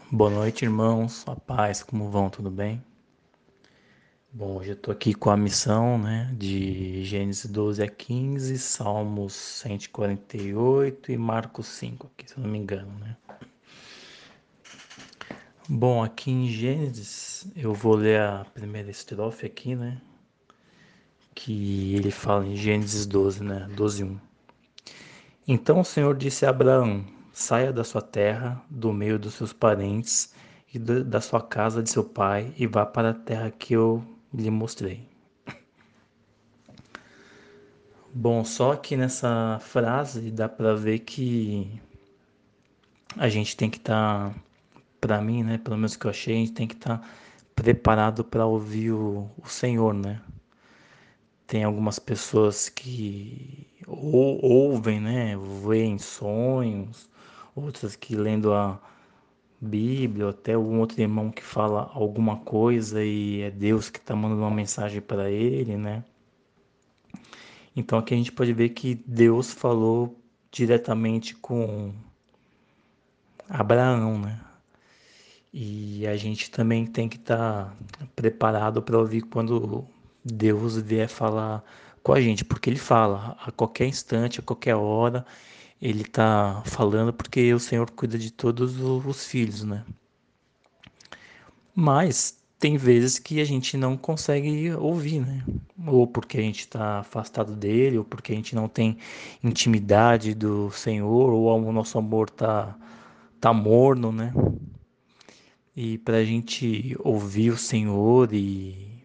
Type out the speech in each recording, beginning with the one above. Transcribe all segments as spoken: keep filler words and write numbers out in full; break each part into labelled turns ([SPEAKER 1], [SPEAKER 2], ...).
[SPEAKER 1] Boa noite, irmãos. A paz, como vão? Tudo bem? Bom, hoje eu tô aqui com a missão, né, de Gênesis doze a quinze, Salmos cento e quarenta e oito e Marcos cinco, aqui, se eu não me engano, né? Bom, aqui em Gênesis, eu vou ler a primeira estrofe aqui, né, que ele fala em Gênesis doze, né, doze um. Então o Senhor disse a Abraão: saia da sua terra, do meio dos seus parentes e da sua casa de seu pai, e vá para a terra que eu lhe mostrei. Bom, só que nessa frase dá para ver que a gente tem que estar, tá, para mim, né, pelo menos que eu achei, a gente tem que estar tá preparado para ouvir o, o Senhor, né? Tem algumas pessoas que ou, ouvem, né, veem sonhos, outras que lendo a Bíblia, ou até um outro irmão que fala alguma coisa e é Deus que está mandando uma mensagem para ele, né? Então aqui a gente pode ver que Deus falou diretamente com Abraão, né? E a gente também tem que estar tá preparado para ouvir quando Deus vier falar com a gente, porque ele fala a qualquer instante, a qualquer hora, ele está falando porque o Senhor cuida de todos os filhos, né? Mas tem vezes que a gente não consegue ouvir, né? Ou porque a gente está afastado dele, ou porque a gente não tem intimidade do Senhor, ou o nosso amor tá, tá morno, né? E para a gente ouvir o Senhor e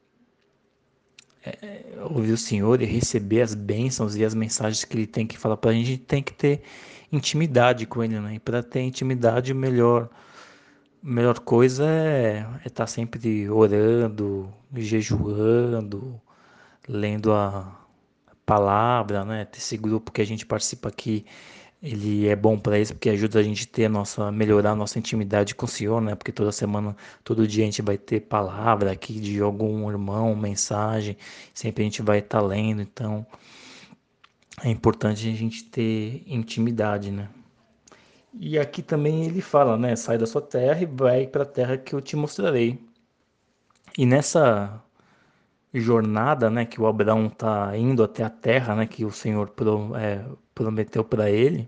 [SPEAKER 1] ouvir o Senhor e receber as bênçãos e as mensagens que Ele tem que falar para a gente, a gente tem que ter intimidade com Ele, né? E para ter intimidade, o melhor, a melhor coisa é estar é tá sempre orando, jejuando, lendo a palavra, né? Esse grupo que a gente participa aqui, ele é bom para isso porque ajuda a gente ter a nossa, melhorar a nossa intimidade com o Senhor, né? Porque toda semana, todo dia a gente vai ter palavra aqui de algum irmão, mensagem, sempre a gente vai estar tá lendo, então é importante a gente ter intimidade, né? E aqui também ele fala, né? Sai da sua terra e vai para a terra que eu te mostrarei. E nessa jornada, né, que o Abraão está indo até a terra, né, que o Senhor pro, é, prometeu para ele,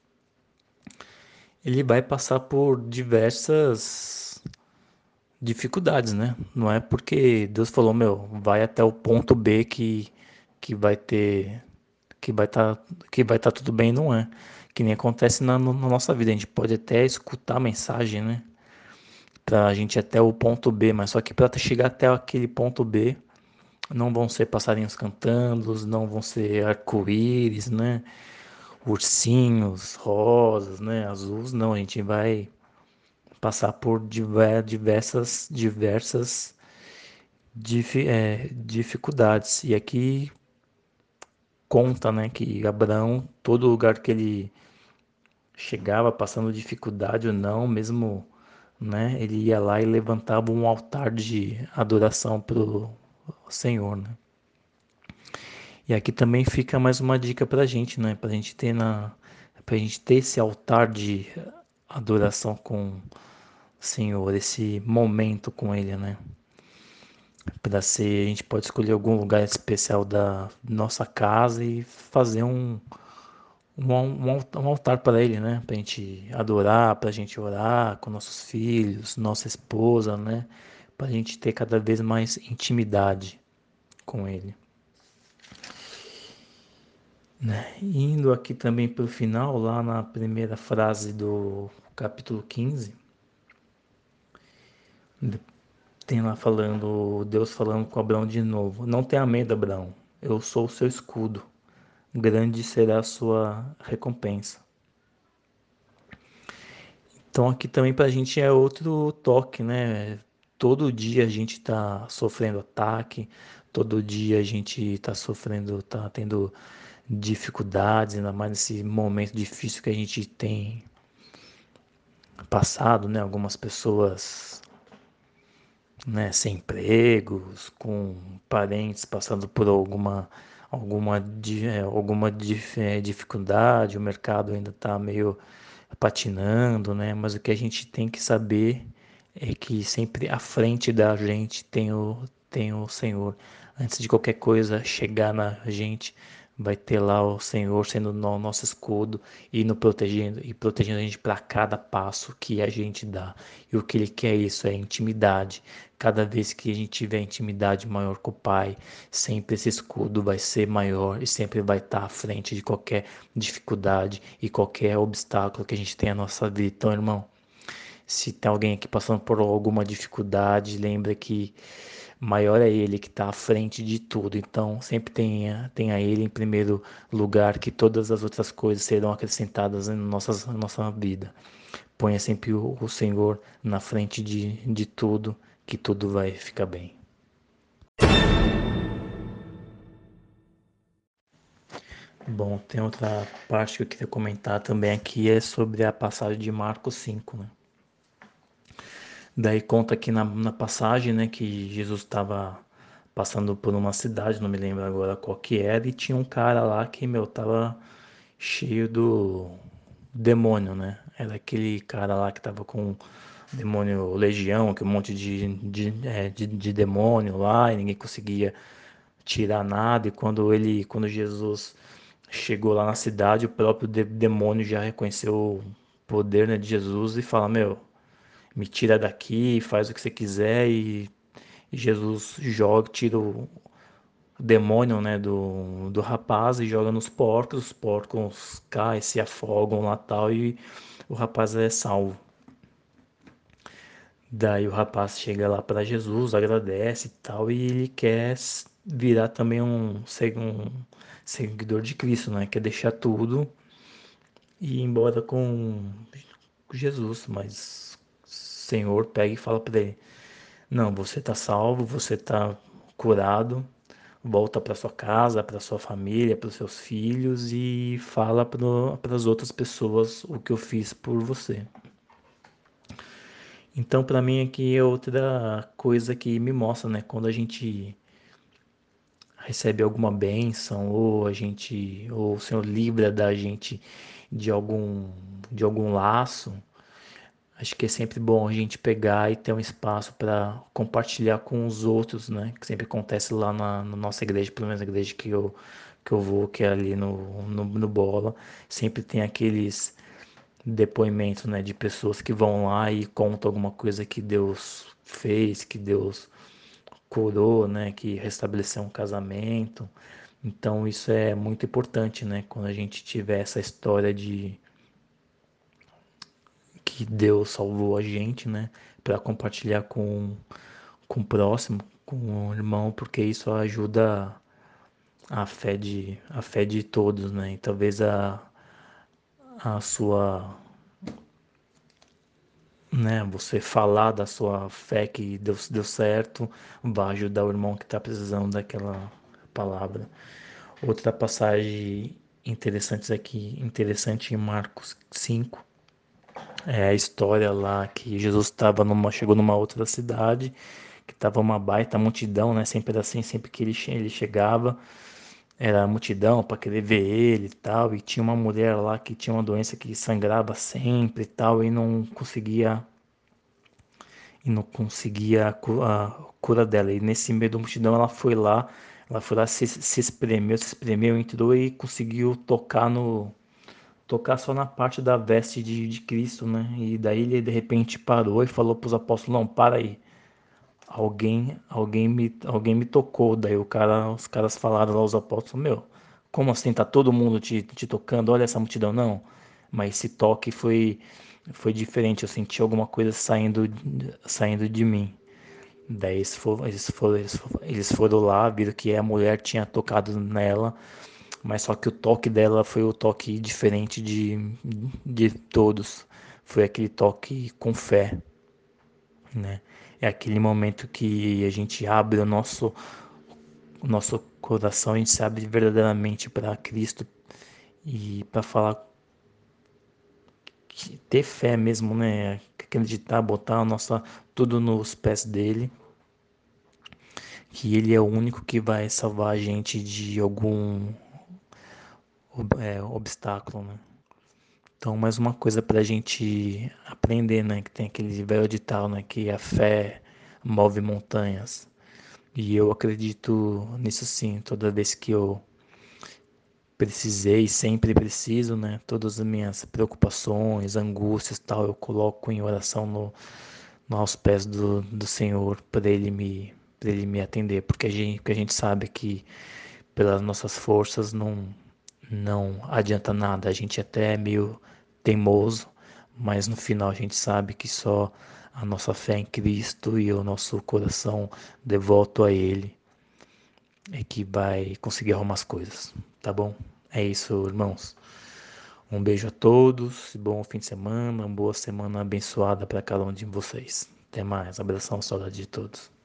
[SPEAKER 1] ele vai passar por diversas dificuldades, né? Não é porque Deus falou, meu, vai até o ponto B que, que vai ter, que vai estar, que vai estar tudo bem, não é? Que nem acontece na, na nossa vida. A gente pode até escutar a mensagem, né? Pra gente ir até o ponto B, mas só que para chegar até aquele ponto B, não vão ser passarinhos cantando, não vão ser arco-íris, né? Ursinhos, rosas, né? Azuis, não. A gente vai passar por diversas, diversas dif- é, dificuldades. E aqui conta, né, que Abraão, todo lugar que ele chegava, passando dificuldade ou não, mesmo, né, ele ia lá e levantava um altar de adoração para o Senhor, né? E aqui também fica mais uma dica para a gente, né, para a gente ter na, para gente ter esse altar de adoração com o Senhor, esse momento com Ele, né? Para ser, a gente pode escolher algum lugar especial da nossa casa e fazer um, um, um, um altar para ele, né? Para a gente adorar, para a gente orar com nossos filhos, nossa esposa, né? Para a gente ter cada vez mais intimidade com ele. Né? Indo aqui também para o final, lá na primeira frase do capítulo quinze, tem lá falando, Deus falando com Abraão de novo: não tenha medo, Abraão, eu sou o seu escudo, grande será a sua recompensa. Então aqui também para a gente é outro toque, né? Todo dia a gente está sofrendo ataque, todo dia a gente está sofrendo, está tendo dificuldades, ainda mais nesse momento difícil que a gente tem passado, né? Algumas pessoas, né, sem empregos, com parentes passando por alguma alguma di- é, alguma dif- é, dificuldade, o mercado ainda está meio patinando, né? Mas o que a gente tem que saber é que sempre à frente da gente tem o, tem o Senhor. Antes de qualquer coisa chegar na gente, vai ter lá o Senhor sendo o nosso escudo e nos protegendo e protegendo a gente para cada passo que a gente dá. E o que ele quer é isso é intimidade. Cada vez que a gente tiver intimidade maior com o Pai, sempre esse escudo vai ser maior e sempre vai estar à frente de qualquer dificuldade e qualquer obstáculo que a gente tenha na nossa vida. Então, irmão, se tem alguém aqui passando por alguma dificuldade, lembra que maior é Ele que está à frente de tudo. Então, sempre tenha, tenha Ele em primeiro lugar, que todas as outras coisas serão acrescentadas em nossas, na nossa vida. Ponha sempre o, o Senhor na frente de, de tudo, que tudo vai ficar bem. Bom, tem outra parte que eu queria comentar também aqui, é sobre a passagem de Marcos cinco, né? Daí conta aqui na, na passagem, né, que Jesus estava passando por uma cidade, não me lembro agora qual que era, e tinha um cara lá que, meu, tava cheio do demônio, né? Era aquele cara lá que tava com demônio legião, que um monte de, de, é, de, de demônio lá, e ninguém conseguia tirar nada, e quando ele, quando Jesus chegou lá na cidade, o próprio de- demônio já reconheceu o poder, né, de Jesus e fala, meu, me tira daqui, faz o que você quiser, e Jesus joga, tira o demônio, né, do, do rapaz e joga nos porcos, os porcos caem, se afogam lá tal, e o rapaz é salvo. Daí o rapaz chega lá para Jesus, agradece e tal, e ele quer virar também um, um seguidor de Cristo, né? Quer deixar tudo e ir embora com Jesus, mas o Senhor pega e fala para ele: não, você está salvo, você está curado, volta para sua casa, para sua família, para os seus filhos e fala para as outras pessoas o que eu fiz por você. Então, para mim aqui é outra coisa que me mostra, né, quando a gente recebe alguma bênção ou a gente, ou o Senhor livra da gente de algum de algum laço. Acho que é sempre bom a gente pegar e ter um espaço para compartilhar com os outros, né? Que sempre acontece lá na, na nossa igreja, pelo menos na igreja que eu, que eu vou, que é ali no, no, no Bola. Sempre tem aqueles depoimentos, né, de pessoas que vão lá e contam alguma coisa que Deus fez, que Deus curou, né, que restabeleceu um casamento. Então isso é muito importante, né, quando a gente tiver essa história de que Deus salvou a gente, né, para compartilhar com com o próximo, com o irmão, porque isso ajuda a fé de a fé de todos, né? E talvez a a sua, né, você falar da sua fé que deu, deu certo, vai ajudar o irmão que está precisando daquela palavra. Outra passagem interessante aqui, interessante em Marcos cinco, é a história lá que Jesus estava numa, chegou numa outra cidade, que estava uma baita multidão, né? Sempre assim, sempre que ele, ele chegava, era multidão para querer ver ele e tal, e tinha uma mulher lá que tinha uma doença que sangrava sempre e tal, e não conseguia e não conseguia a, cu- a cura dela. E nesse meio da multidão ela foi lá, ela foi lá, se, se espremeu, se espremeu, entrou e conseguiu tocar no, tocar só na parte da veste de, de Cristo, né? E daí ele de repente parou e falou para os apóstolos: não, para aí. Alguém, alguém me, alguém me tocou. Daí o cara, os caras falaram lá, os apóstolos: meu, como assim? Tá todo mundo te, te tocando? Olha essa multidão, não. Mas esse toque foi, foi diferente. Eu senti alguma coisa saindo, saindo de mim. Daí eles foram, eles foram, eles foram, eles foram lá, viram que a mulher tinha tocado nela, mas só que o toque dela foi o toque diferente de, de todos. Foi aquele toque com fé, né? É aquele momento que a gente abre o nosso, o nosso coração, a gente se abre verdadeiramente para Cristo e para falar, que- ter fé mesmo, né? Acreditar, botar a nossa, tudo nos pés dele, que ele é o único que vai salvar a gente de algum ob- é, obstáculo, né? Então, mais uma coisa para a gente aprender, né? Que tem aquele velho ditado, né? Que a fé move montanhas. E eu acredito nisso sim. Toda vez que eu precisei, sempre preciso, né? Todas as minhas preocupações, angústias, tal, eu coloco em oração no, no aos pés do, do Senhor para ele me para ele me atender, porque a gente, porque a gente sabe que pelas nossas forças não não adianta nada. A gente até é meio teimoso, mas no final a gente sabe que só a nossa fé em Cristo e o nosso coração devoto a Ele é que vai conseguir arrumar as coisas, tá bom? É isso, irmãos. Um beijo a todos, bom fim de semana, uma boa semana abençoada para cada um de vocês. Até mais, abração, saudade de todos.